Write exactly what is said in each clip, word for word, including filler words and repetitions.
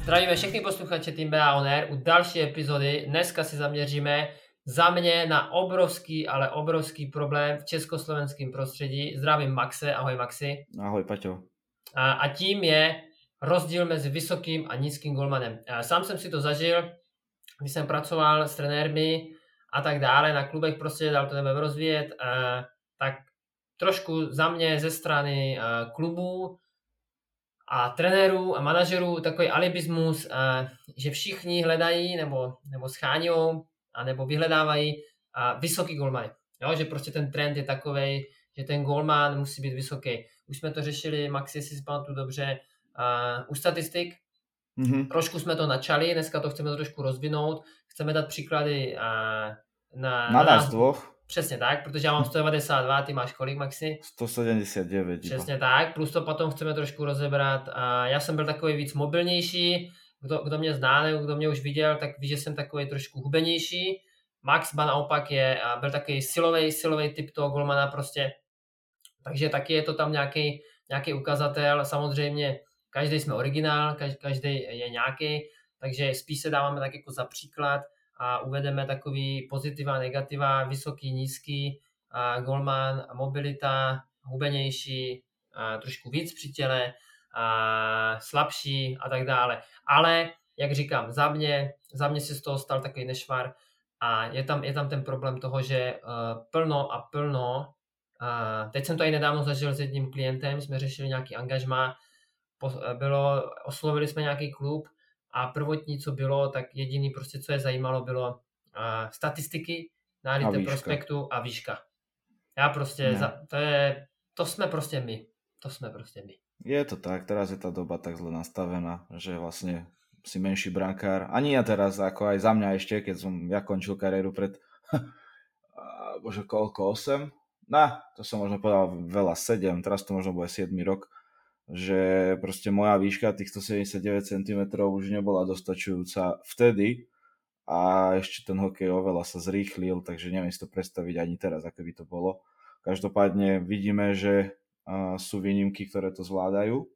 Zdravíme všechny posluchače Team B A On Air u další epizody. Dneska si zaměříme za mě na obrovský, ale obrovský problém v československém prostředí. Zdravím Maxe, ahoj Maxi. Ahoj Paťo. A, a tím je rozdíl mezi vysokým a nízkým golmanem. Sám jsem si to zažil, když jsem pracoval s trenérmi a tak dále na klubech, prostě dál to nebudeme rozvíjet, a, tak trošku za mě ze strany a, klubů a trenérů a manažerů takový alibismus, a, že všichni hledají nebo, nebo scháňují a nebo vyhledávají a, vysoký golmany. Jo, že prostě ten trend je takovej, že ten golman musí být vysoký. Už jsme to řešili, Maxi, jestli si pamatuju dobře, uh, u statistik. Mm-hmm. Trošku jsme to načali, dneska to chceme trošku rozvinout. Chceme dát příklady uh, na, na nás dvoch. Přesně tak, protože já mám sto devadesát dva, ty máš kolik, Maxi? sto sedmdesát devět. Přesně tak, plus to potom chceme trošku rozebrat. Uh, já jsem byl takový víc mobilnější, kdo, kdo mě zná, nebo kdo mě už viděl, tak ví, že jsem takový trošku hubenější. Max ba naopak je, uh, byl takový silový, silový typ toho golmana prostě. Takže taky je to tam nějaký, nějaký ukazatel. Samozřejmě každý jsme originál, každý je nějaký, takže spíš se dáváme tak jako za příklad a uvedeme takový pozitiva, negativa, vysoký, nízký, a golman, mobilita, hubenější, a trošku víc při těle, a slabší a tak dále. Ale, jak říkám, za mě, za mě se z toho stal takový nešvar a je tam, je tam ten problém toho, že uh, plno a plno. A teď jsem to i nedávno zažil s jedním klientem, jsme řešili nějaký angažmá, bylo, oslovili jsme nějaký klub a prvotní, co bylo, tak jediný prostě, co je zajímalo, bylo uh, statistiky na Elite Prospektu a výška. Já prostě, za, to je, to jsme prostě my, to jsme prostě my. Je to tak, teraz je tá doba tak zle nastavená, že vlastne si menší brankár, ani ja teraz, ako aj za mňa ešte, keď som ja končil kariéru pred, bože, koľko, osem? No, to som možno povedal veľa, sedem, teraz to možno bude siedmy rok, že proste moja výška tých sto sedemdesiatdeväť centimetrov už nebola dostačujúca vtedy a ešte ten hokej oveľa sa zrýchlil, takže neviem si to predstaviť ani teraz, ako by to bolo. Každopádne vidíme, že uh, sú výnimky, ktoré to zvládajú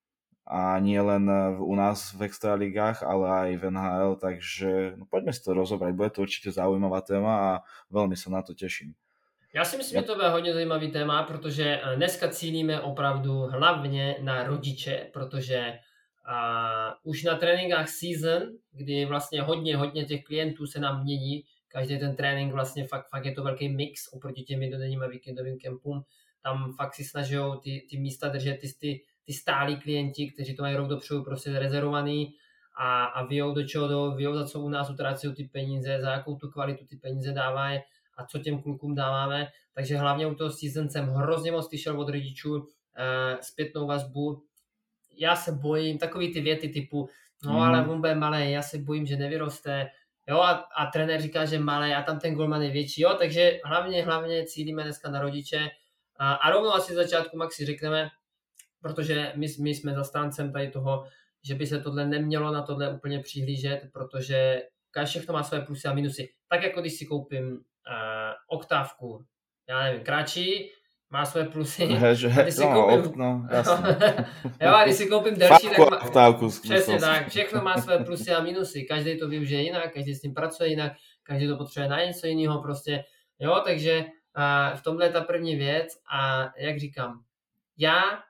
a nie len u nás v extraligách, ale aj v en há el, takže no, poďme si to rozobrať, bude to určite zaujímavá téma a veľmi sa na to teším. Já si myslím, že to bude hodně zajímavý téma, protože dneska cílíme opravdu hlavně na rodiče, protože uh, už na tréninkách season, kdy vlastně hodně, hodně těch klientů se nám mění, každý ten trénink vlastně fakt, fakt je to velký mix oproti těm jednodenním a víkendovým kempům, tam fakt si snaží ty, ty místa držet ty, ty, ty stálí klienti, kteří to mají rok dopředu prostě rezervovaný a, a vyjou do čeho jdou, vyjou za co u nás utrácí ty peníze, za jakou tu kvalitu ty peníze dávají a co těm klukům dáváme, takže hlavně u toho season jsem hrozně moc slyšel od rodičů uh, zpětnou vazbu. Já se bojím, takový ty věty typu, no mm. ale on bude malej, já se bojím, že nevyroste, jo, a, a trenér říká, že malej a tam ten golman je větší, jo, takže hlavně, hlavně cílíme dneska na rodiče a, a rovnou asi z začátku Maxi řekneme, protože my, my jsme zastáncem tady toho, že by se tohle nemělo na tohle úplně přihlížet, protože všechno má své plusy a minusy. Tak jako když si koupím Uh, oktávku, já nevím, kratší, má své plusy. Hež, he, když si no, koupím, op, no, jasně. jo, a když si koupím delší, tak má, oktávku, přesně tak, všechno má své plusy a minusy, každý to využije jinak, každý s tím pracuje jinak, každý to potřebuje na něco jiného prostě, jo, takže uh, v tomhle je ta první věc a jak říkám, já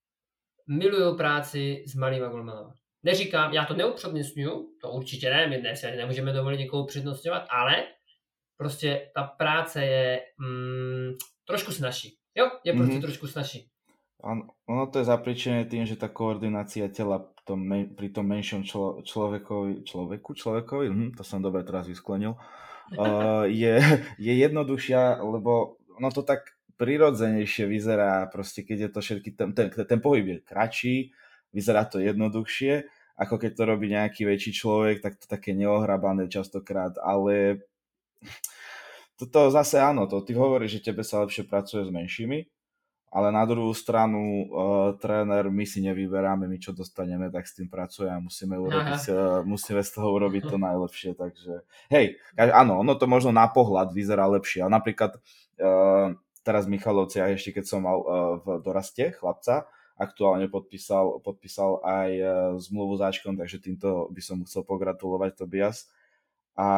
miluju práci s malýma golmanama. Neříkám, já to neupřednostňuju, to určitě ne, my dnes nemůžeme dovolit někoho přednostňovat, ale prostě ta práce je mm, trošku snažší. Jo, je prostě mm-hmm. trošku snažší. Ono to je zapričené tým, že tá koordinácia tela tom, pri tom menšom člo, človekovi, človeku, človekovi, hm, to som dobre teraz vysklenil, uh, je, je jednoduchšia, lebo ono to tak prirodzenejšie vyzerá, proste keď je to všetky, ten, ten, ten pohyb je kratší, vyzerá to jednoduchšie, ako keď to robí nejaký väčší človek, tak to také neohrabané častokrát, ale toto zase áno, to ty hovoríš, že tebe sa lepšie pracuje s menšími, ale na druhú stranu uh, tréner, my si nevyberáme, my čo dostaneme, tak s tým pracuje a musíme, urobiť, uh, musíme z toho urobiť to najlepšie, takže hej, áno, ono to možno na pohľad vyzerá lepšie, ale napríklad uh, teraz v Michalovciach, ešte keď som mal uh, v doraste chlapca aktuálne podpísal, podpísal aj zmluvu s Ačkom, takže týmto by som mu chcel pogratulovať, Tobias. A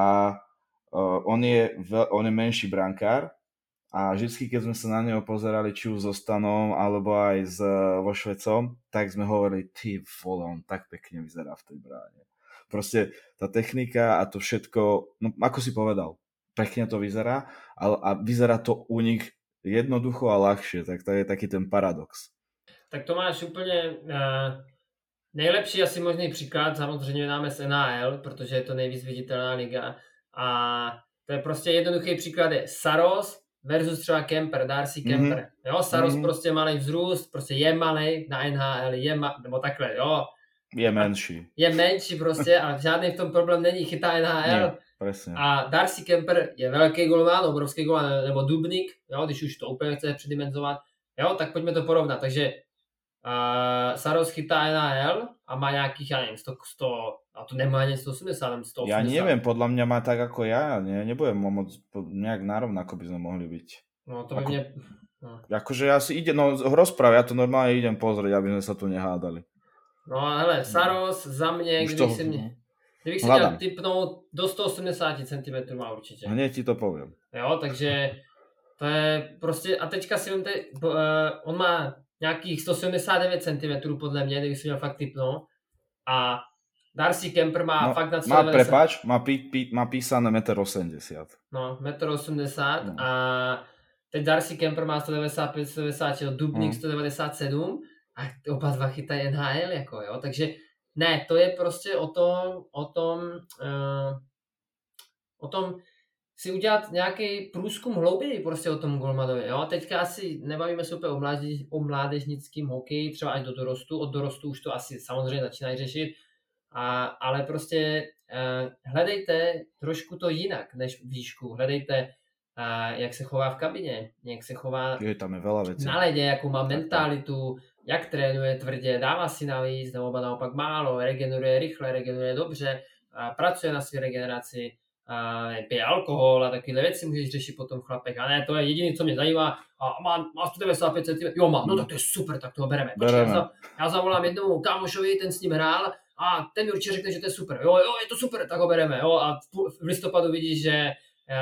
uh, on, je, on je menší brankár a vždycky, keď sme sa na neho pozerali, či už so Stanom, alebo aj s, vo Švecom, tak sme hovorili, ty vole, on tak pekne vyzerá v tej bráne. Proste tá technika a to všetko, no ako si povedal, pekne to vyzerá a, a vyzerá to u nich jednoducho a ľahšie, tak to je taký ten paradox. Tak to máš úplně uh, nejlepší asi možný příklad, samozřejmě máme z N H L, protože je to nejvíc viditelná liga a to je prostě jednoduchý příklad je Saros versus třeba Kemper, Darcy Kemper. Mm-hmm. Jo, Saros mm-hmm. prostě malý vzrůst, prostě je malý na N H L, je ma, nebo takhle, jo. Je menší. Je menší prostě a žádný v tom problém není, chytá N H L. Nie, presne. A Darcy Kemper je velký golman, obrovský golman, nebo Dubnik, jo, když už to úplně chce předimenzovat, jo, tak pojďme to porovnat. Takže uh, Saros chytá N H L a má nějakých, já nevím, sto, sto a to nemá ani sto osmdesát, sto osmdesát. Ja neviem, podľa mňa má tak ako ja, ne, nebudem moc, nejak narovnako by sme mohli byť. No to by ako, mne... No. Akože ja si ide, no rozpráv, ja to normálne idem pozrieť, aby sme sa tu nehádali. No hele, Saros za mě, Už když to, si mě... Kdybych si hľadám. měl typnout, do sto osmdesát centimetrů má určitě. Hneď ti to poviem. Jo, takže to je prostě, a teďka si vemte, uh, on má nějakých sto sedmdesát devět centimetrů podle mě, kdybych si měl fakt typnout. A Darcy Kemper má no, fakt na má, prepáč, má, pí, pí, má písané jeden osemdesiat. No, jeden osmdesát no. A teď Darcy Kemper má sto devadesát pět, sto devadesát šest, Dubnik no. sto devadesát sedm a oba dva chytají N H L, jako jo, takže ne, to je prostě o tom, o tom, uh, o tom si udělat nějaký průzkum hlouběji prostě o tom golmanovi, jo, teďka asi nebavíme se úplně o, mládež, o mládežnickém hokeji, třeba až do dorostu, od dorostu už to asi samozřejmě začínají řešit, a, ale prostě uh, hledejte trošku to jinak než výšku, hledejte uh, jak se chová v kabině, jak se chová je, tam je veľa vecí. Na ledě, jakou má mentalitu, jak trénuje tvrdě, dává si navíc, nebo naopak málo, regeneruje rychle, regeneruje dobře, a pracuje na své regeneraci, a pije alkohol a takovéhle věci můžeš řešit potom v chlapech. A ne, to je jediné, co mě zajímá. A má, má sto devadesát pět centimetrů, jo má, no tak to je super, tak toho bereme. Počkej, bereme. Já, já zavolám jednomu kámošovi, ten s ním hrál a ten mi určitě řekne, že to je super. Jo, jo, je to super, tak ho bereme. Jo, a v listopadu vidíš, že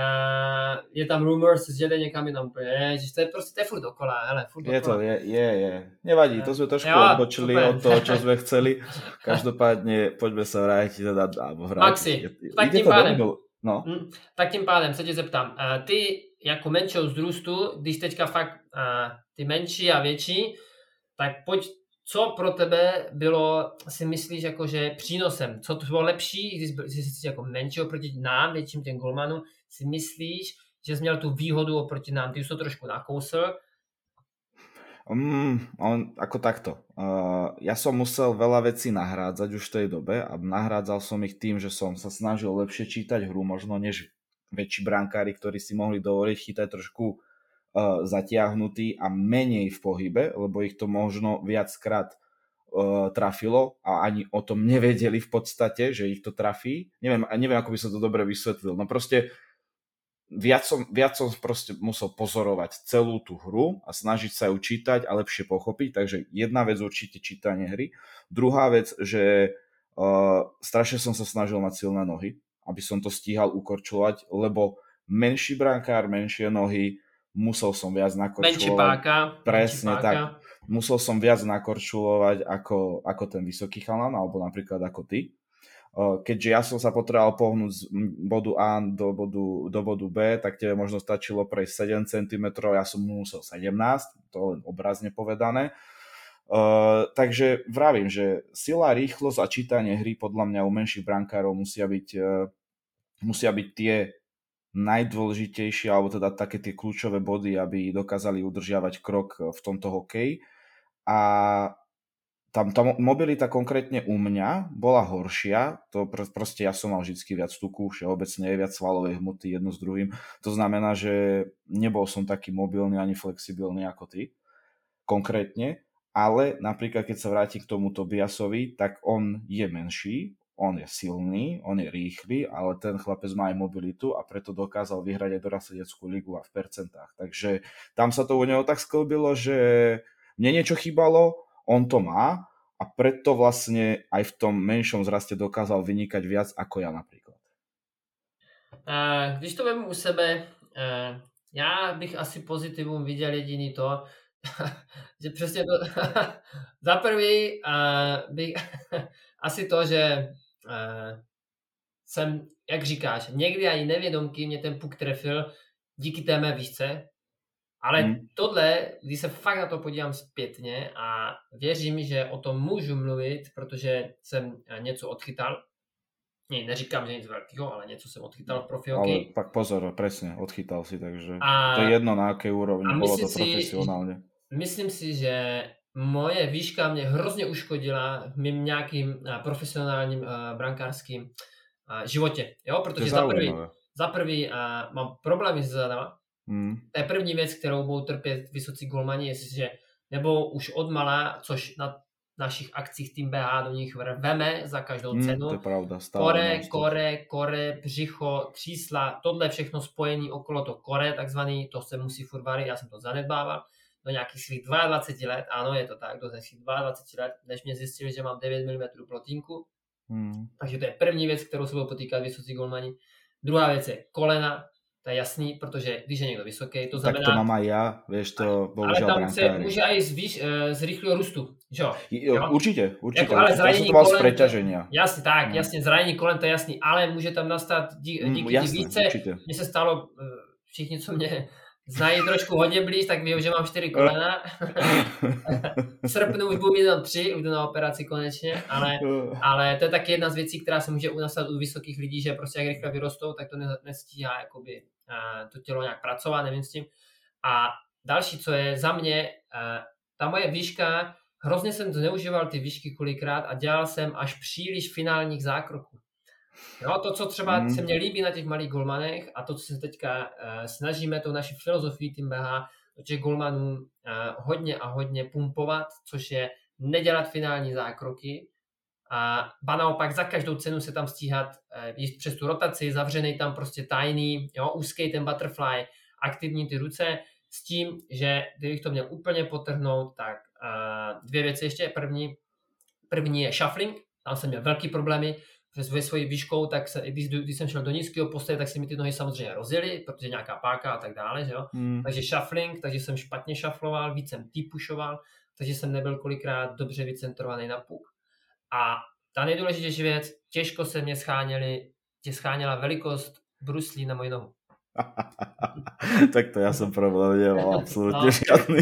Uh, je tam rumors, že jde někam jinam úplně, ježiš, to je prostě, to je furt dokola, hele, furt dokola. Je to, je, je, je. Nevadí, to sme trošku odbočili od toho, čo sme chceli. Každopádně, pojďme se vrátit teda, alebo vrátit. Maxi, tak tím pádem, no. mm, tak tím pádem se tě zeptám, uh, ty jako menšího vzrůstu, když teďka fakt uh, ty menší a větší, tak pojď, co pro tebe bylo, si myslíš, jakože přínosem? Co to bylo lepší, když jsi jako menší oproti nám, větším těm golmanům, si myslíš, že jsi měl tu výhodu oproti nám? Ty už to trošku nakousl. Um, on, ako takto. Uh, ja som musel veľa vecí nahrádzať už v tej dobe a nahrádzal som ich tým, že som sa snažil lepšie čítať hru, možno než väčší brankári, ktorí si mohli dovoliť chytať trošku uh, zatiahnutý a menej v pohybe, lebo ich to možno viackrát uh, trafilo a ani o tom nevedeli v podstate, že ich to trafí. Neviem, neviem ako by sa to dobre vysvetlil. No proste viac som, viac som proste musel pozorovať celú tú hru a snažiť sa ju čítať a lepšie pochopiť, takže jedna vec určite čítanie hry. Druhá vec, že uh, strašne som sa snažil mať silné nohy, aby som to stíhal ukorčovať, lebo menší brankár, menšie nohy, musel som viac nakorčulovať. Menší páka. Presne menší tak. páka. Musel som viac nakorčulovať ako, ako ten vysoký chalan, alebo napríklad ako ty. Keďže ja som sa potreboval pohnúť z bodu A do bodu, do bodu B, tak tebe možno stačilo prejsť sedem centimetrov, ja som musel sedemnásť, to len obrazne povedané. Uh, takže vravím, že sila, rýchlosť a čítanie hry podľa mňa u menších brankárov musia byť, uh, musia byť tie najdôležitejšie, alebo teda také tie kľúčové body, aby dokázali udržiavať krok v tomto hokeji. A tam tá mobilita konkrétne u mňa bola horšia, to pr- proste ja som mal vždycky viac tuku, všeobecne viac svalovej hmoty jedno s druhým, to znamená, že nebol som taký mobilný ani flexibilný ako ty, konkrétne, ale napríklad keď sa vrátim k tomu Tobiasovi, tak on je menší, on je silný, on je rýchly, ale ten chlapec má aj mobilitu a preto dokázal vyhrať aj dorasteneckú ligu a v percentách, takže tam sa to u neho tak sklbilo, že mne niečo chýbalo. on to má a preto vlastne aj v tom menšom zraste dokázal vynikať viac ako ja napríklad. Uh, když to vemu u sebe, uh, já bych asi pozitivum viděl jediný to, že přesně to, za prvý uh, bych asi to, že uh, jsem, jak říkáš, někdy ani nevědomky mě ten puk trefil díky té mé výšce, ale hmm. tohle, když se fakt na to podívám zpětně a věřím, že o tom můžu mluvit, protože jsem něco odchytal. Nie, neříkám, že nic velkého, ale něco jsem odchytal v profi hokeji. Ale pak pozor, presne, odchytal si, takže a, to je jedno na akej úrovni, bolo to profesionálne. Si, myslím si, že moje výška mě hrozně uškodila v mým nějakým profesionálním uh, brankářským uh, životě, jo, protože za prvý, za prvý uh, mám problémy s zadama. Hmm. To je první věc, kterou budou trpět vysocí golmani, jestliže nebo už odmala, což na našich akcích Team bé há do nich veme za každou hmm, cenu. To je pravda, stále kore, kore, kore, břicho, křísla, tohle všechno spojení okolo to kore, takzvaný, to se musí furt varit, já jsem to zanedbával. Do nějakých svých dvacet dva let, ano, je to tak, do svých dvacet dva let, než mě zjistili, že mám devět milimetrů plotínku. Hmm. Takže to je první věc, kterou se budou potýkat vysocí golmani. Druhá věc je kolena, to je jasný, protože když je někdo vysoký, to znamená... Tak to mám aj ja, vieš to, bohužiaľ brankári. Ale tam se může aj z, výš, z rýchleho růstu, jo? jo? Určite, určite. Jako, ale zranění ja kolen, z preťaženia. Jasný, tak, hmm. jasně, zranění kolen, to je jasný, ale může tam nastat dí, díky mm, více. Mně se stalo, všichni, co mě znají trošku hodně blíž, tak vím, že mám čtyři kolena. V srpnu už budu mít jenom tři, už jdu na operaci konečně, ale, ale to je taky jedna z věcí, která se může nastat u vysokých lidí, že prostě jak rychle vyrostou, tak to nestíhá jakoby, to tělo nějak pracovat, nevím s tím. A další, co je za mě, ta moje výška, hrozně jsem zneužíval ty výšky kolikrát a dělal jsem až příliš finálních zákroků. Jo, to, co třeba mm. se mně líbí na těch malých golmanech a to, co se teďka uh, snažíme tou naší filozofií Team bé há, do těch golmanů uh, hodně a hodně pumpovat, což je nedělat finální zákroky a ba naopak za každou cenu se tam stíhat uh, jít přes tu rotaci, zavřený tam prostě tajný, jo, úzkej ten butterfly, aktivní ty ruce, s tím, že kdybych to měl úplně potrhnout, tak uh, dvě věci ještě. První, první je shuffling, tam jsem měl velký problémy, ve svojí výškou, tak se, když, když jsem šel do nízkého postoje, tak se mi ty nohy samozřejmě rozjeli, protože nějaká páka a tak dále, že jo. Mm. Takže shuffling, takže jsem špatně šafloval, víc jsem t-pushoval, takže jsem nebyl kolikrát dobře vycentrovaný na puk. A ta nejdůležitější věc, těžko se mě scháněli, tě scháněla velikost bruslí na moji nohu. Tak to ja som problém nemal absolútne no. žiadny.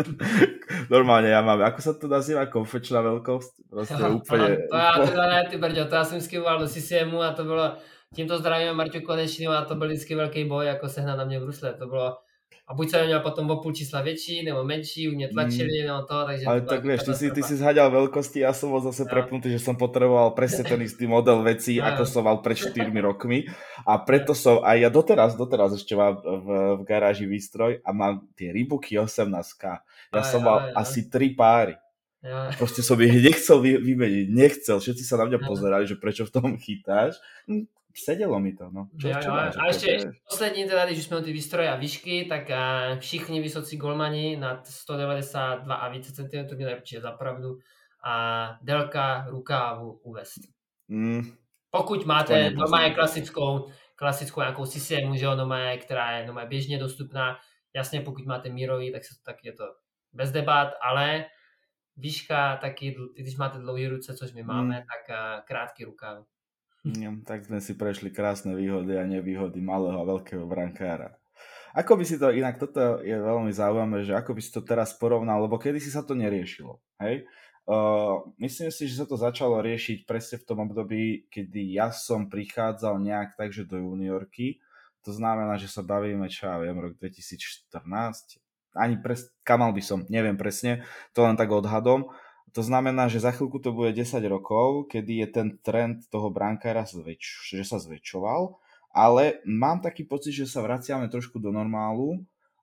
Normálne ja mám, ako sa to nazýva, konfečná veľkosť? Proste no, úplne... To ja teda ne, ty brďo, to ja som skyvoval do C C M u a to bylo, tímto zdravíme Marťu Konečným a to byl vždycky velký boj, ako sehnat na mě brusle, to bylo... A buď sa měl potom o půl čísla větší, nebo menší, u mě tlačili, mm. nebo to, takže... Ale to tak vieš, ty si, ty si zhaďal veľkosti, ja som bol zase no. prepnutý, že som potreboval presne ten istý model vecí, no. ako som mal pred štyrmi rokmi. A preto som, aj ja doteraz, doteraz ešte mám v, v garáži výstroj a mám tie Reeboky osemnásť ká. Ja aj, som mal aj, aj. asi tri páry. Ja. Proste som ich nechcel vy, vymeniť, nechcel. Všetci sa na mňa pozerali, že prečo v tom chytáš. Sedelo mi to, no. Čo, jo, čo jo, máš, a ještě je... poslední teda, když už jsme ty výstroje a výšky, tak uh, všichni vysocí golmani nad sto devadesát dva a více centimetrů měli určitě zapravdu a délka rukávu uvést. Mm. Pokud máte normálně klasickou, klasickou nějakou C C M, že jo, normálně, která je normálně běžně dostupná, jasně pokud máte mírový, tak, se, tak je to bez debat, ale výška taky, když máte dlouhé ruce, což my máme, mm. tak uh, krátký rukáv. Ja, tak sme si prešli krásne výhody a nevýhody malého a veľkého brankára. Ako by si to, inak toto je veľmi zaujímavé, že ako by si to teraz porovnal, lebo kedysi sa to neriešilo, hej? Uh, myslím si, že sa to začalo riešiť presne v tom období, kedy ja som prichádzal nejak takže do juniorky, to znamená, že sa bavíme, čo ja viem, rok dvetisícštrnásť, ani pres, kamal by som, neviem presne, to len tak odhadom. To znamená, že za chvíľku to bude desať rokov, kedy je ten trend toho brankára, zväč- že sa zväčšoval, ale mám taký pocit, že sa vraciame trošku do normálu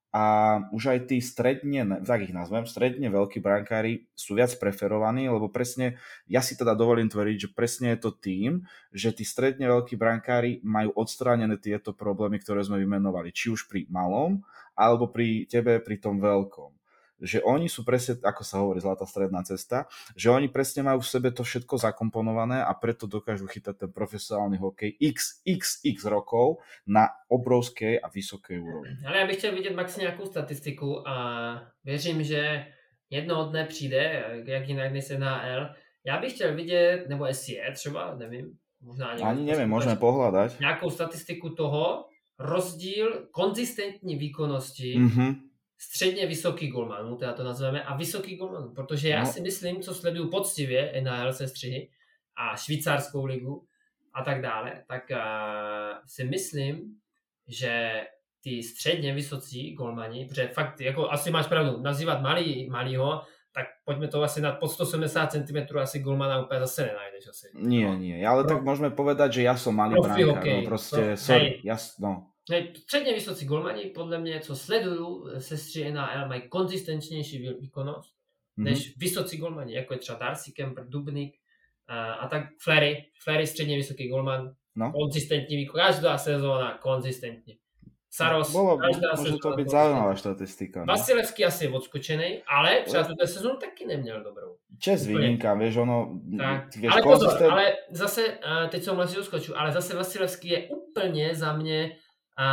a už aj tí stredne, tak ich nazvem, stredne veľkí brankári sú viac preferovaní, lebo presne, ja si teda dovolím tvrdiť, že presne je to tým, že tí stredne veľkí brankári majú odstránené tieto problémy, ktoré sme vymenovali, či už pri malom, alebo pri tebe pri tom veľkom. že oni sú presne, ako sa hovorí, zlatá stredná cesta, že oni presne majú v sebe to všetko zakomponované a preto dokážu chytať ten profesionálny hokej x, x, x rokov na obrovskej a vysokej úrovni. Ale já bych chtěl vidět maxi nějakou statistiku a věřím, že jednoho dne přijde, jak jinak než N H L. Já bych chtěl vidět, nebo jestli je třeba, nevím, možná ani neviem, môžeme pohľadať. Nějakou statistiku toho, rozdíl konzistentní výkonnosti mm-hmm. středně vysoký golmanů, teda to nazveme, a vysoký golmanů, protože já no. si myslím, co sleduju poctivě N H L sestřihy a švýcarskou ligu a tak dále, tak uh, si myslím, že ty středně vysocí golmani, protože fakt, jako asi máš pravdu, nazývat malý, malýho, tak poďme to asi nad pod sto sedemdesiat centimetrů asi golmana úplne zase nenájdeš asi. Nie, nie, ale tak môžeme povedať, že ja som malý brankár, no proste, no, sorry, ja, no. Hej, středně vysocí golmani, podle mě, co sleduju, sestři N H L mají konzistentnější výkonnost, mm-hmm. než vysocí golmani, jako je třeba Darcy Kemper, Dubnik a, a tak Fleury, Fleury středně vysoký golman, no. konzistentní výkon, každá sezóna konzistentně. Saros, Bolo, môže to byť zaujímavá štatistika. No? Vasilevský asi je odskočený, ale třeba tuto sezónu taky neměl dobrou. Čes výnimka, vieš, ono... Tak. Vieš, ale pozor, konzistent... ale zase, teď som vlastne uskočil, ale zase Vasilevský je úplně za mě a,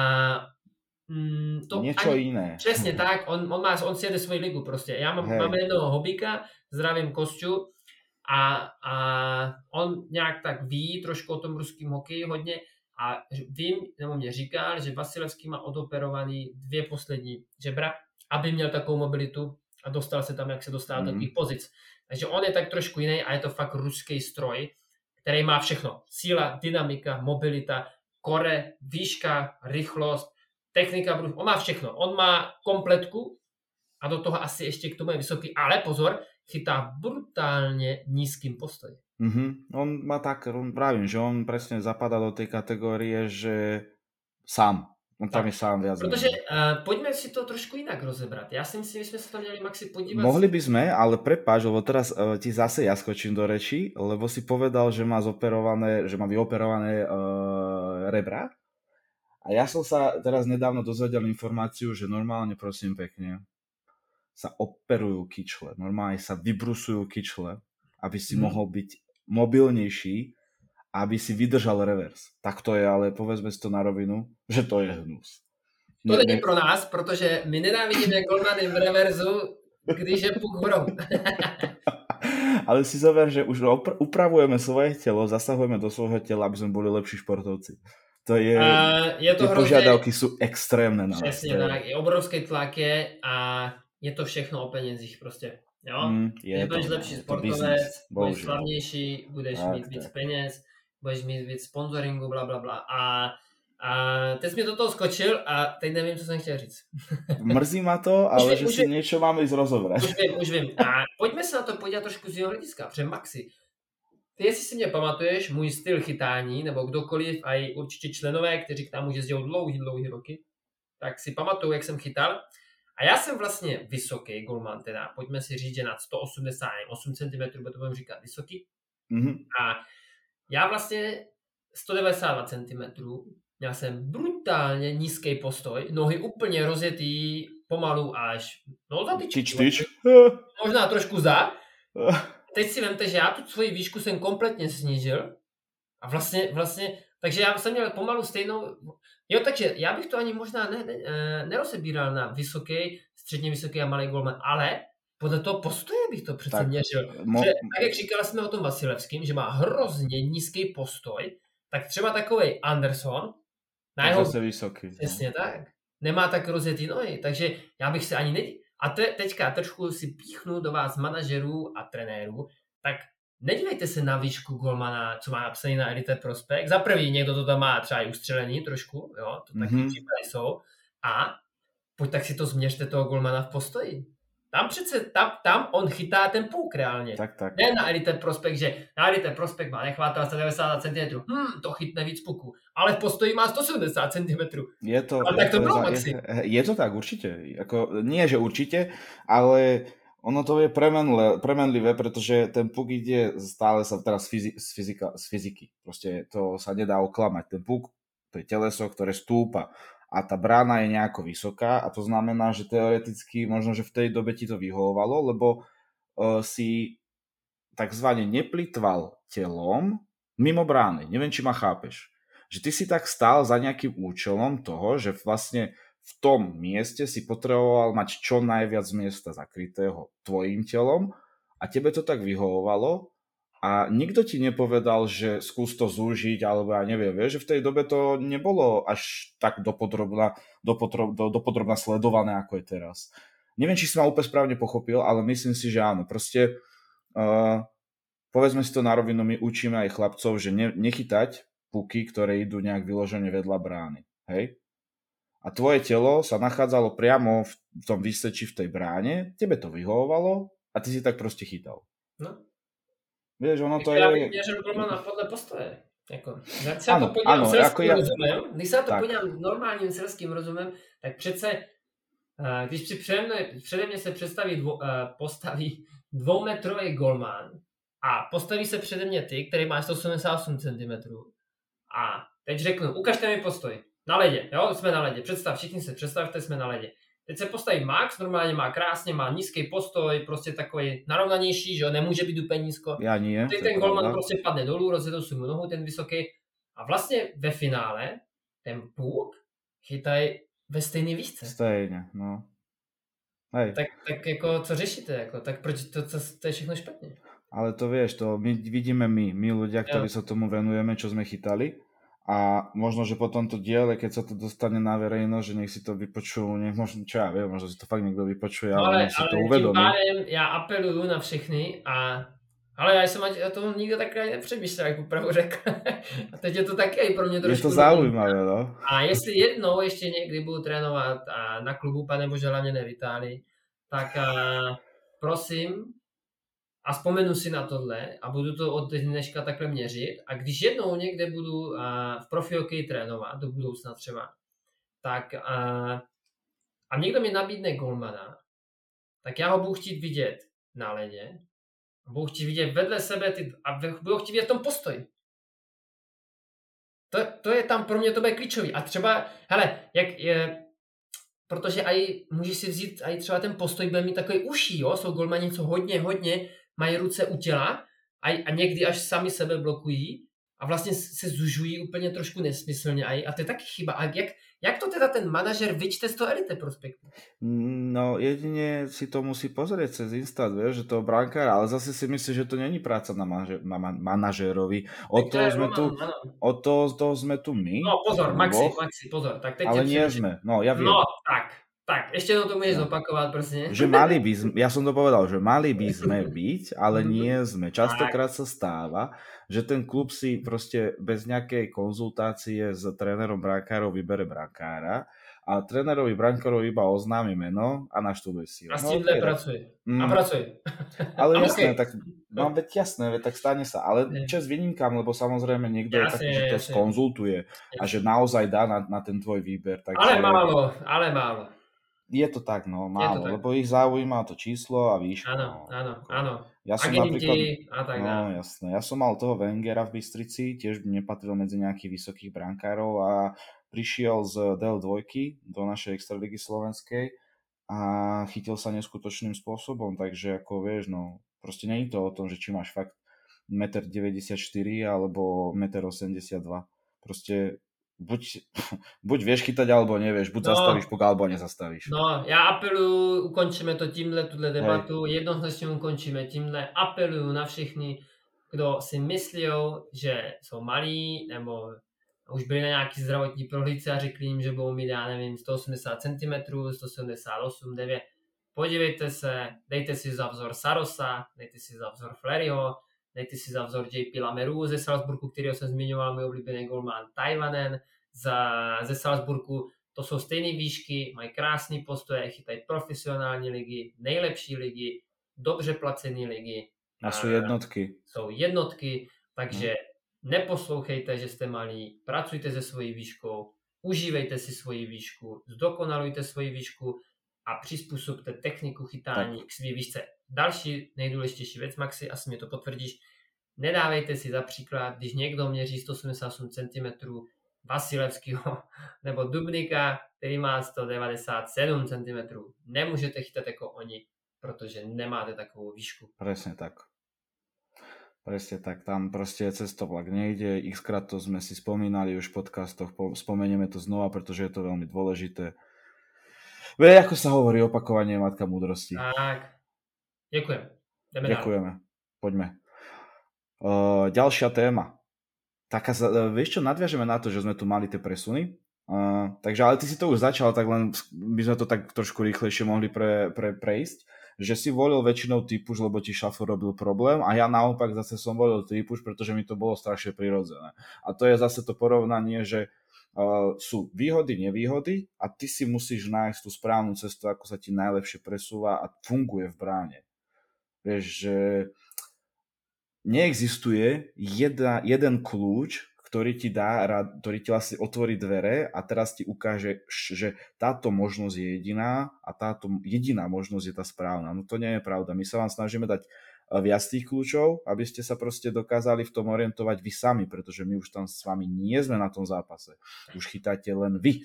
mm, to niečo ani, iné. Přesně tak, on, on, má, on si jede svoji ligu prostě. Já mám, mám jednoho hobíka, zdravím Kosťu, a, a on nějak tak ví trošku o tom ruském hokeji hodně. A vím, nebo mě říkal, že Vasilevský má odoperovaný dvě poslední žebra, aby měl takovou mobilitu a dostal se tam, jak se dostal mm. do takových pozic. Takže on je tak trošku jiný a je to fakt ruský stroj, který má všechno. Síla, dynamika, mobilita, kore, výška, rychlost, technika, on má všechno. On má kompletku a do toho asi ještě k tomu je vysoký, ale pozor, chytá brutálně nízkým postojem. Mm-hmm. On má tak, on pravím, že on presne zapadá do tej kategórie, že sám. On tam tak, je sám viac. Protože uh, poďme si to trošku inak rozebrať. Ja si myslím, že sme sa tam měli Maxi podívať. Mohli by sme, ale prepáč, lebo teraz uh, ti zase ja skočím do reči, lebo si povedal, že má zoperované, že má vyoperované uh, rebra. A ja som sa teraz nedávno dozvedel informáciu, že normálne, prosím pekne, sa operujú kyčle. Normálne sa vybrusujú kyčle, aby si hmm. mohol byť mobilnejší, aby si vydržal revers. Tak to je, ale povedzme si to na rovinu, že to je hnus. To ne, není pro nás, protože my nenávidíme golmany v reverzu, když je puk v rohu. Ale si zober, že už upravujeme svoje telo, zasahujeme do svojho tela, aby sme boli lepší športovci. To je, uh, je to tie požiadavky sú extrémne na nás. Přesně tak, je obrovský tlak je a je to všechno o penězích prostě. Jo? Mm, je když budeš to, lepší sportovec, budeš slavnější, budeš tak, mít víc tak. peněz, budeš mít víc sponsoringu, bla, bla, bla. A, a teď jsi mi do toho skočil a teď nevím, co jsem chtěl říct. Mrzí ma to, ale vím, že si vím. Niečo máme ísť rozobrať. Už vím, už vím. A pojďme se na to podívat trošku z jeho hlediska. Protože Maxi, ty jestli si mě pamatuješ, můj styl chytání, nebo kdokoliv, a i určitě členové, kteří k tomu jezdí dlouhý, dlouhý roky, tak si pamatuju, jak jsem chytal. A já jsem vlastně vysoký golman, teda pojďme si říct, že nad sto osmdesát osm centimetrů, bo to budeme říkat vysoký. Mm-hmm. A já vlastně sto devadesát dva centimetrů, měl jsem brutálně nízký postoj, nohy úplně rozjetý, pomalu až, no za ty čič, možná trošku za. Teď si vemte, že já tu svoji výšku jsem kompletně snížil a vlastně, vlastně, takže já jsem měl pomalu stejnou. Jo, takže já bych to ani možná ne, ne, nerozebíral na vysoký, středně vysoký a malý golman, ale podle toho postoje bych to přece tak, měřil. Mo... Že, tak jak říkali jsme o tom Vasilevským, že má hrozně nízký postoj, tak třeba takovej Anderson, na jeho... zase vysoký. Přesně tak. Nemá tak rozjetý nohy, takže já bych se ani ne... A te, teďka trošku si píchnu do vás manažerů a trenérů, tak nedívejte se na výšku golmana, co má napsaný na Elite Prospekt. Za prvý, někdo to tam má třeba i ustřelený trošku, jo, to taky mm-hmm. případy jsou. A pojď tak si to změřte toho golmana v postoji. Tam přece, tam, tam on chytá ten puk reálně. Tak, tak. Ne na Elite Prospekt, že na Elite Prospekt má nechvátá sto devadesát centimetrů. Hm, to chytne víc puku. Ale v postoji má sto sedmdesát centimetrů. Je to, ale je tak to, to bylo, za, Maxi. Je, je to tak, určite. Ako, nie, že určite, ale ono to je premenle, premenlivé, pretože ten puk ide stále sa teraz z, fyzi, z, fyzika, z fyziky. Proste to sa nedá oklamať. Ten puk, to je teleso, ktoré stúpa. a tá brána je nejako vysoká a to znamená, že teoreticky možno, že v tej dobe ti to vyhovovalo, lebo uh, si takzvané neplýtval telom mimo brány. Neviem, či ma chápeš. Že ty si tak stál za nejakým účelom toho, že vlastne v tom mieste si potreboval mať čo najviac miesta zakrytého tvojim telom a tebe to tak vyhovovalo a nikto ti nepovedal, že skús to zúžiť, alebo ja neviem, vieš, že v tej dobe to nebolo až tak dopodrobná, dopodrob, do, dopodrobná sledované, ako je teraz. Neviem, či si ma úplne správne pochopil, ale myslím si, že áno. Proste uh, povedzme si to na rovinu, my učíme aj chlapcov, že ne, nechytať puky, ktoré idú nejak vyložene vedľa brány. Hej? A tvoje telo sa nachádzalo priamo v tom výseči v tej bráne, tebe to vyhovovalo a ty si tak proste chytal. No. Vieš, ono to já je... bych měřil golmana podle postoje. Jako, když se ano, to podívám ano, selským jako já... rozumem, když se to tak. podívám normálním selským rozumem, tak přece, když při přede, mne, přede mě se představí dvo, postaví dvoumetrový golman a postaví se přede mě ty, který má sto osmdesát osm centimetrů a teď řeknu, ukažte mi postoj. Na ledě, jo, jsme na ledě, představ, všichni se představte, jsme na ledě. Teď se postaví Max, normálně má krásně, má nízký postoj, prostě takový narovnanější, že jo, nemůže být úplně nízko. Já nie. Teď ten golman prostě padne dolů, rozjedou si mu nohu, ten vysoký. A vlastně ve finále ten puk chytají ve stejné výšce. Stejně, no. Hej. Tak, tak jako, co řešíte, jako, tak proč to, to, to je všechno špatně? Ale to vieš, to my vidíme my, my ľudia, ktorí sa tomu venujeme, čo sme chytali. A možno, že po tomto diele, keď sa to dostane na verejnosť, že nech si to vypočujú, nech možno, čo ja viem, možno si to fakt niekto vypočuje, no, ale, ale nech si ale to uvedomí. tím pádem já apeluju na všechny a ale já jsem o tom nikdo takhle nepřemýšlel, jak opravdu řekl. A teď je to taky i pro mě trošku... Je to zaujímavé, no. A jestli jednou ještě někdy budu trénovat a na klubu, pane bože, hlavně ne v Itálii, tak a, prosím a vzpomenu si na tohle a budu to od dneška takhle měřit. A když jednou někde budu a, v profi hokeji trénovat, do budoucna třeba, tak a, a někdo mi nabídne golmana, tak já ho budu chtít vidět na ledě, budu chtít vidět vedle sebe ty, a budu chtít vidět v tom postoji. To, to je tam pro mě to bude klíčový. A třeba, hele, jak je, protože aj můžeš si vzít, aj třeba ten postoj bude mít takový uší, jo, jsou golmani, co hodně, hodně mají ruce u těla a, a někdy až sami sebe blokují a vlastně se zužují úplně trošku nesmyslně aj, a to je taky chyba. A jak, jak to teda ten manažer vyčte z toho elite prospektu? No jedine si to musí pozrieť cez Instat, vieš, že toho brankára, ale zase si myslíš, že to není práca na, manže, na man, manažerovi. Od toho, sme tu, od toho, toho sme tu my. No pozor, Maxi, Maxi, pozor. Tak teď ale nie sme, no ja viem. No tak, tak, ešte jednou to môžeš no. zopakovať, prosím. Že mali by sme, ja som to povedal, že mali by sme byť, ale nie sme. Častokrát sa stáva, že ten klub si proste bez nejakej konzultácie s trénerom brankárov vybere brankára a trénerovi brankárov iba oznámi meno a naštuduje si ho. A s týmhle no, pracuje. Mm. A pracuje. Ale jasné, okay. tak no veď jasné, veď tak stane sa. Ale čas výnimkám, lebo samozrejme niekto jasne, je taký, že to jasne. skonzultuje jasne. A že naozaj dá na, na ten tvoj výber. Takže... Ale málo, ale málo. Je to tak, no, málo, tak. Lebo ich zaujíma to číslo a výška. Áno, áno, áno. Ja som agenti napríklad, a tak no jasné, ja som mal toho Wengera v Bystrici, tiež nepatril medzi nejakých vysokých brankárov a prišiel z dé el dva do našej extraligy slovenskej a chytil sa neskutočným spôsobom, takže ako vieš, no, proste nie je to o tom, že či máš fakt jeden deväťdesiatštyri alebo jeden osemdesiatdva, proste Buď, buď vieš chytať, alebo nevieš. Buď no, zastavíš puk, alebo nezastavíš. No, já apeluju, ukončíme to tímhle, tuhle debatu. Hej. Jednoznačně ukončíme tímhle. Apeluju na všechny, kdo si myslí, že jsou malí, nebo už byli na nějaký zdravotní prohlídce a řekli jim, že budou mít, já nevím, sto osmdesát centimetrů, sto sedmdesát osm, devět. Podívejte se, dejte si za vzor Sarosa, dejte si za vzor Fleryho, dejte si za vzor J P Lameru ze Salzburgu, kterého jsem zmiňoval, můj oblíbený golman Taiwanen za, ze Salzburgu. To jsou stejné výšky, mají krásný postoje, chytají profesionální ligy, nejlepší ligy, dobře placené ligy. A jsou jednotky. Jsou jednotky, takže hmm. neposlouchejte, že jste malí, pracujte se svojí výškou, užívejte si svoji výšku, zdokonalujte svoji výšku a přizpůsobte techniku chytání tak. k své výšce. Další nejdůležitější věc, Maxi, asi mi to potvrdíš, nedávejte si za příklad, když někdo měří sto sedmdesát osm centimetrů, Vasilevského nebo Dubnika, který má sto devadesát sedm centimetrů. Nemůžete chytat jako oni, protože nemáte takovou výšku. Presne tak. Presne tak. Tam proste cestovlak nejde. Xkrát to sme si spomínali už v podcastoch. Spomenieme to znova, pretože je to veľmi dôležité. Veď ako sa hovorí, opakovanie je matka múdrosti. Tak. Ďakujem. Jdeme Ďakujeme. Ďalej. Poďme. Uh, ďalšia téma. Taká, vieš čo, nadviažeme na to, že sme tu mali tie presuny. Uh, takže, ale ty si to už začal, tak len by sme to tak trošku rýchlejšie mohli pre, pre, prejsť. Že si volil väčšinou typuš, lebo ti šafo robil problém a ja naopak zase som volil typuš, pretože mi to bolo strašne prirodzené. A to je zase to porovnanie, že uh, sú výhody, nevýhody a ty si musíš nájsť tú správnu cestu, ako sa ti najlepšie presúva a funguje v bráne. Vieš, že neexistuje jedna, jeden kľúč, ktorý ti dá, ktorý ti vlastne otvorí dvere a teraz ti ukáže, že táto možnosť je jediná a táto jediná možnosť je tá správna. No to nie je pravda. My sa vám snažíme dať viac tých kľúčov, aby ste sa proste dokázali v tom orientovať vy sami, pretože my už tam s vami nie sme na tom zápase. Už chytáte len vy.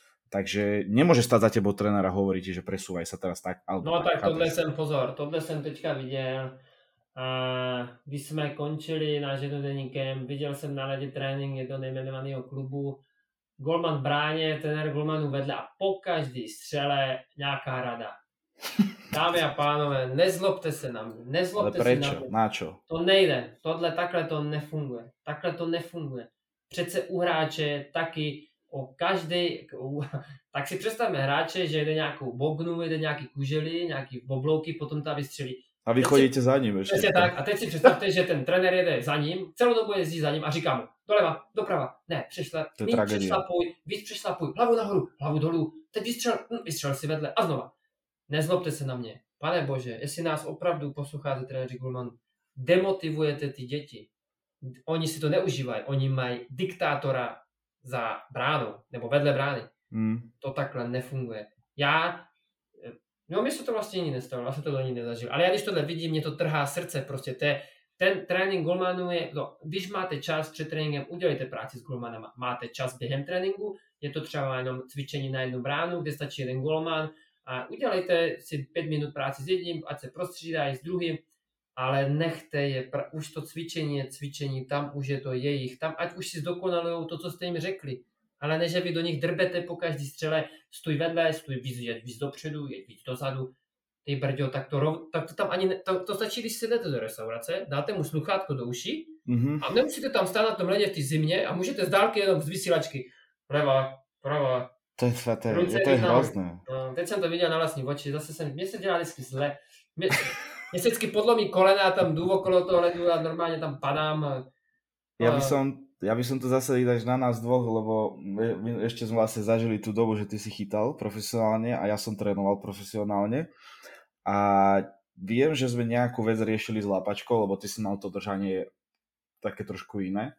Takže nemôže stať za tebou trénera hovoriť, že presúvaj sa teraz tak. Alebo no tak, tak tohle jsem, pozor, tohle jsem teďka viděl. A když jsme končili náš jednodenní kemp, viděl jsem na ledě trénink jednoho nejmenovaného klubu, golman v bráně, trenér golmanu vedle a po každý střele nějaká rada. Dámy a pánové, nezlobte se na mě, nezlobte se na mě. Na čo? To nejde, tohle takhle to nefunguje, takhle to nefunguje. Přece u hráče taky o každý, tak si představme hráče, že jde nějakou bobnu, jde nějaký kužely, nějaký boblouky, potom ta vystřelí. A vy teď chodíte si, za ním ešte. Presne tak. A teď si představte, že ten trenér jede za ním, celou dobu jezdí za ním a říká mu doleva, doprava, ne, přešla, víc přešlapuj, víc přešlapuj, hlavu nahoru, hlavu dolů, teď vystřel, hm, vystřel si vedle a znova. Nezlobte se na mě. Pane Bože, jestli nás opravdu posloucháte, trenéři golmanů, demotivujete ty děti. Oni si to neužívají, oni mají diktátora za bránou, nebo vedle brány. Mm. To takhle nefunguje. Já No, mi se to vlastně ani nestalo, já jsem to do ní nezažil. Ale já když tohle vidím, mě to trhá srdce. Prostě te, ten trénink golmanů je, no, když máte čas před tréninkem, udělejte práci s golmanama. Máte čas během tréninku, je to třeba jenom cvičení na jednu bránu, kde stačí jeden golman. A udělejte si pět minut práci s jedním, ať se prostřídají s druhým, ale nechte je, pra, už to cvičení je cvičení, tam už je to jejich, tam ať už si zdokonalujou to, co jste jim řekli. Ale ne, že vy do nich drbete po každý střele, stůj vedle, stůj víc, jeď víc dopředu, jeď víc dozadu. Ty brďo, tak to, rov, tak to tam ani, ne, to, to stačí, když si jdete do restaurace, dáte mu sluchátko do uší mm-hmm. a nemusíte tam stát na tom ledě v té zimě a můžete z dálky jenom z vysílačky. Prava, prava. To je, to je, je, to je hrozné. No, teď jsem to viděl na vlastní oči, zase jsem, mě se dělá vždycky zle. Mě, mě se vždycky podlomí kolena a tam jdu okolo toho ledu a normálně tam padám. A, ja by som Ja by som to zase ináč na nás dvoch, lebo my ešte sme vlastne zažili tú dobu, že ty si chytal profesionálne a ja som trénoval profesionálne. A viem, že sme nejakú vec riešili s lapačkou, lebo ty si mal to držanie také trošku iné.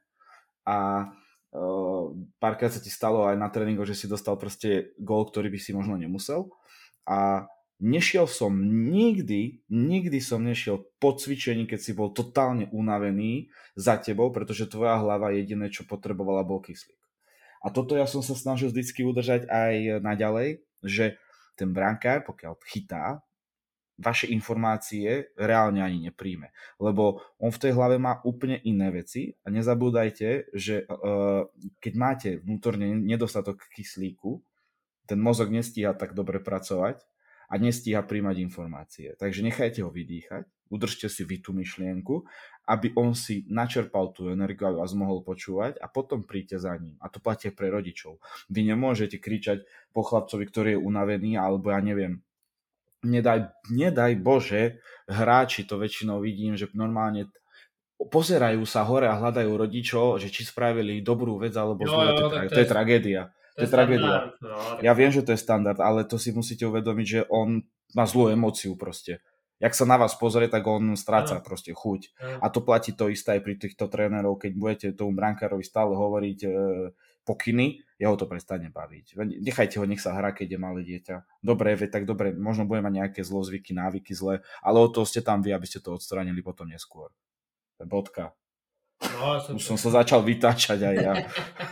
A uh, párkrát sa ti stalo aj na tréningu, že si dostal proste gól, ktorý by si možno nemusel. A nešiel som nikdy, nikdy som nešiel po cvičení, keď si bol totálne unavený za tebou, pretože tvoja hlava jediné, čo potrebovala, bol kyslík. A toto ja som sa snažil vždycky udržať aj naďalej, že ten brankár, pokiaľ chytá, vaše informácie reálne ani nepríjme. Lebo on v tej hlave má úplne iné veci a nezabúdajte, že uh, keď máte vnútorne nedostatok kyslíku, ten mozog nestíha tak dobre pracovať, a nestíha príjmať informácie. Takže nechajte ho vydýchať, udržte si vy tú myšlienku, aby on si načerpal tú energiu a vás mohol počúvať a potom príďte za ním. A to platí pre rodičov. Vy nemôžete kričať po chlapcovi, ktorý je unavený, alebo ja neviem, nedaj, nedaj Bože, hráči to väčšinou vidím, že normálne pozerajú sa hore a hľadajú rodičov, že či spravili dobrú vec, alebo zlú. To, to, to je tragédia. To je, je tragédia. No, ja viem, že to je standard, ale to si musíte uvedomiť, že on má zlú emóciu proste. Jak sa na vás pozrie, tak on stráca ano. proste chuť. Ano. A to platí to isté aj pri týchto trénerov, keď budete tomu brankárovi stále hovoriť e, pokyny, jeho to prestane baviť. Nechajte ho, nech sa hrá, keď je malé dieťa. Dobre, veď tak dobre, možno bude mať nejaké zlozvyky, návyky zlé, ale o to ste tam vy, aby ste to odstránili potom neskôr. Bodka. No, Už som sa začal vytáčať aj ja.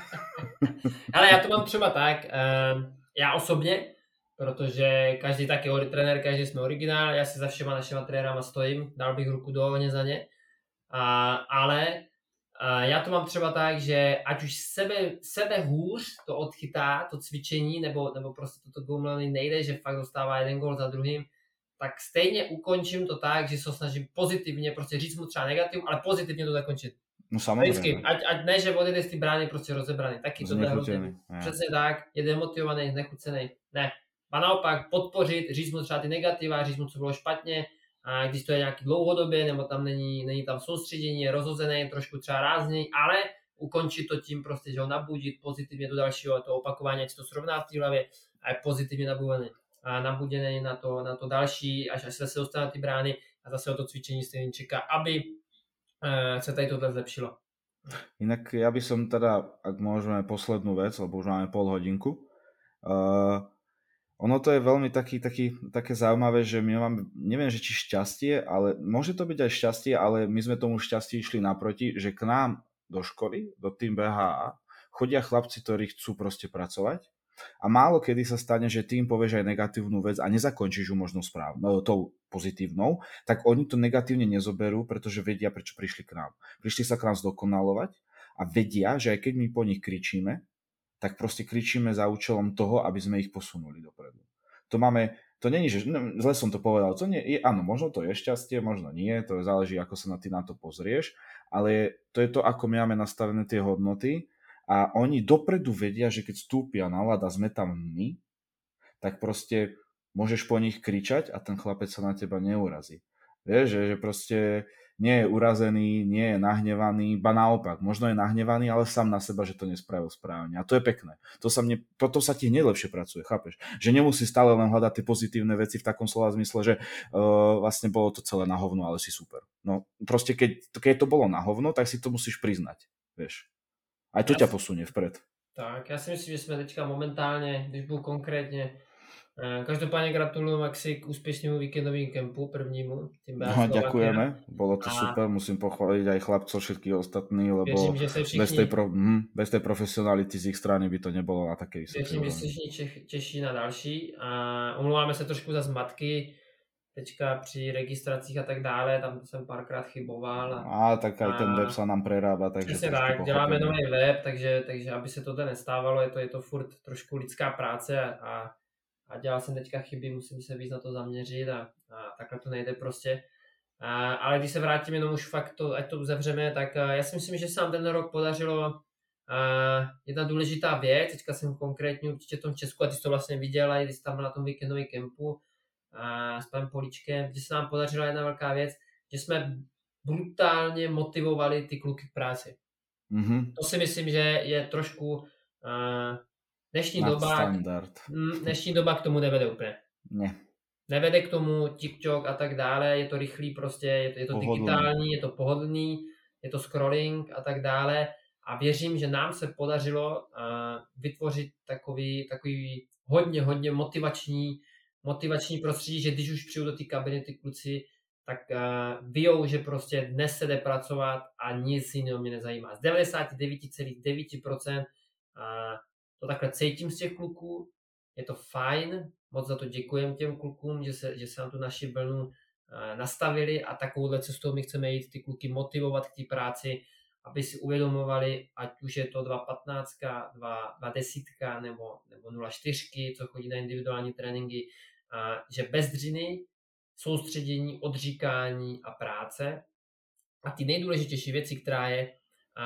Ale já to mám třeba tak, um, já osobně, protože každý taky trenér, každý jsme originál, já si za všema našima trenérama stojím, dal bych ruku do ohně za ně, a, ale a já to mám třeba tak, že ať už sebe, sebe hůř to odchytá, to cvičení, nebo, nebo prostě toto goal nejde, že fakt dostává jeden gól za druhým, tak stejně ukončím to tak, že se snažím pozitivně, prostě říct mu třeba negativum, ale pozitivně to zakončit. No samozřejmě. Ať, ať ne, že odjede z ty brány prostě rozebraný, taky to Znechutený. Přesně tak, je demotivovaný, znechucený. Ne, a naopak podpořit, říct mu třeba ty negativa, říct mu, co bylo špatně, a když to je nějaký dlouhodobě, nebo tam není, není tam soustředění, je rozhozený, trošku třeba rázněj, ale ukončit to tím prostě, že ho nabudit pozitivně do dalšího, to opakování, ať to srovná v té hlavě a je pozitivně nabudený, a nabudený na to, na to další, až, až se zase dostane na ty brány a zase o to cvičení stejně čeká, aby uh, se tady tohle zlepšilo. Inak ja by som teda, ak môžeme poslednú vec, lebo už máme pol hodinku, uh, ono to je veľmi taký, taký, také zaujímavé, že my máme, neviem, že či šťastie, ale môže to byť aj šťastie, ale my sme tomu šťastie išli naproti, že k nám do školy, do tým bé há á, chodia chlapci, ktorí chcú proste pracovať a málo kedy sa stane, že ty im povieš aj negatívnu vec a nezakončíš ju možno správnou, tou pozitívnou, tak oni to negatívne nezoberú, pretože vedia, prečo prišli k nám. Prišli sa k nám zdokonalovať a vedia, že aj keď my po nich kričíme, tak proste kričíme za účelom toho, aby sme ich posunuli dopredu. To máme, to není, že, no, zle som to povedal, to nie, je, áno, možno to je šťastie, možno nie, to záleží, ako sa na ty na to pozrieš, ale to je to, ako my máme nastavené tie hodnoty a oni dopredu vedia, že keď stúpia na ľad a sme tam my, tak proste môžeš po nich kričať a ten chlapec sa na teba neurazí. Vieš, že, že proste nie je urazený, nie je nahnevaný, ba naopak, možno je nahnevaný, ale sám na seba, že to nespravil správne. A to je pekné. To sa mne, toto sa ti hneď lepšie pracuje, chápeš? Že nemusí stále len hľadať tie pozitívne veci v takom slova zmysle, že uh, vlastne bolo to celé na hovno, ale si super. No proste keď, keď to bolo na hovno, tak si to musíš priznať, vieš. Aj to ja ťa posunie vpred. Tak, já si myslím, že jsme teďka momentálně, když budu konkrétně, každopádně gratuluju Maxi k úspěšnému víkendovému kempu, prvnímu. No, ďakujeme, bolo to a super, musím pochváliť aj chlapcov všetkých ostatní, lebo věřím, že se všichni, bez, tej pro, hm, bez tej profesionality z ich strany by to nebolo na také vysoké. Věřím, že se všichni těší na další a omlouváme se trošku za zmatky, teďka při registracích a tak dále, tam jsem párkrát chyboval. A, a tak aj ten web sa nám prerába, takže se tak, děláme nový web, takže, takže aby se to nestávalo, je to, je to furt trošku lidská práce a, a dělal jsem teďka chyby, musím se víc na to zaměřit a, a takhle to nejde prostě. A, ale když se vrátím jenom už fakt, to, ať to uzavřeme, tak já si myslím, že se nám ten rok podařilo a, jedna důležitá věc, teďka jsem konkrétně určitě v tom Česku, a ty jsi to vlastně viděl, i když jsi tam byl na tom víkendovém kempu, a s panem Políčkem, že se nám podařila jedna velká věc, že jsme brutálně motivovali ty kluky k práci. Mm-hmm. To si myslím, že je trošku uh, dnešní doba, dnešní doba k tomu nevede úplně. Ne. Nevede k tomu TikTok a tak dále, je to rychlý prostě, je to, je to digitální, je to pohodlný, je to scrolling a tak dále a věřím, že nám se podařilo uh, vytvořit takový, takový hodně, hodně motivační motivační prostředí, že když už přijdu do té kabiny ty kluci, tak uh, vyjou, že prostě dnes se jde pracovat a nic jiného mě nezajímá. Z devadesát devět celá devět procent uh, to takhle cítím z těch kluků, je to fajn, moc za to děkujem těm klukům, že se, že se nám tu naši vlnu uh, nastavili a takovouhle cestou my chceme jít ty kluky motivovat k té práci, aby si uvědomovali, ať už je to dva patnáct, dva deset nebo, nebo nula čtyři, co chodí na individuální tréninky, a že bez dřiny, soustředění, odříkání a práce. A ty nejdůležitější věci, která je, a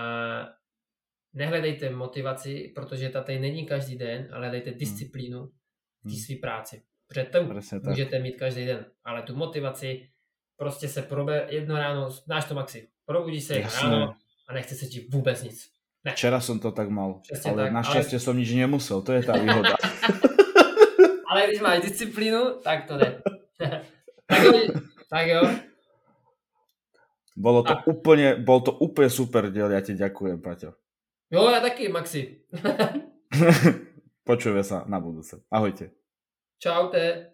nehledejte motivaci, protože ta tady není každý den, ale hledejte disciplínu v té své práci. Protože to můžete mít každý den, ale tu motivaci prostě se probe jedno ráno, znáš to Maxi, probudí se ráno a nechce se ti vůbec nic. Ne. Včera som to tak mal, Přesně ale tak, našťastie ale... som nič nemusel, to je tá výhoda. Ale když máš disciplínu, tak to jde. tak, jo, tak jo. Bolo to, úplne, bol to úplne super diel, ja ti ďakujem, Paťo. Jo, ja taky, Maxi. Počujeme sa na budúce. Ahojte. Čaute.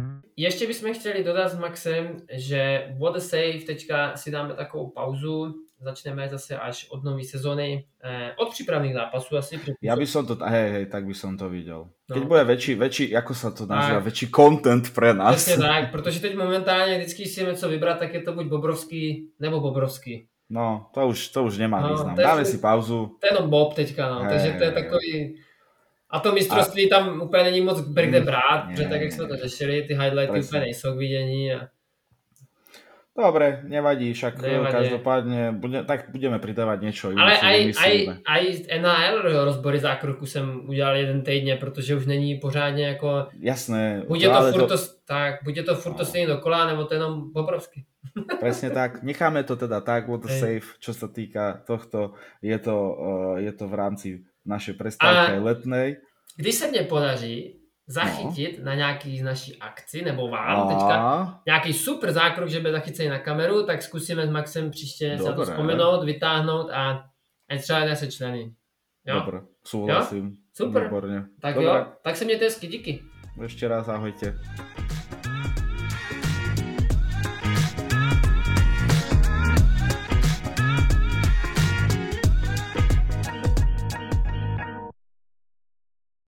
Ještě bychom chtěli dodat s Maxem, že What a Save teďka si dáme takovou pauzu začneme zase až od nové sezóny, eh, od přípravných zápasů asi. Ja by som to, hej, hej, tak by som to videl. Keď No. bude väčší, väčší, ako sa to nazýva, väčší content pre nás. Přesně tak, protože teď momentálně vždycky, když si jdeme co vybrat, tak je to buď Bobrovský nebo Bobrovský. No, to už, to už nemá No, význam. to je Dáme furt- si pauzu. To je jenom Bob teďka, no, Hej, takže to je hej, takový... A to mistrovství tam úplně není moc kde brát, Nie, protože tak, jak jsme to řešili, ty highlighty Presne. úplně nejsou k vidění. A... Dobre, nevadí, však Nevadí. každopádne bude, tak budeme pridávať niečo. Ale si aj, aj, vymyslíme. aj N H L rozbory zákroku jsem udělal jeden týdně, protože už není pořádně jako... Jasné. Buď je to ale furt to, tak, buď je to furt to No. stejný dokola, nebo to je jenom Bobrovský. Presne tak. Necháme to teda tak, what the Hej. safe, čo sa týka tohto. Je to, uh, je to v rámci našej prestávky A- letnej. Když se mně podaří zachytit no. na nějaký z naší akci, nebo vám teďka, A... nějaký super zákrok, že bude zachycený na kameru, tak zkusíme s Maxem příště se na to Dobré. vzpomenout, vytáhnout a ať třeba se členy. Jo? Dobre, súhlasím. Super. Výborne. Tak Dobre. jo, tak se mějte hezky, díky. Ešte raz ahojte.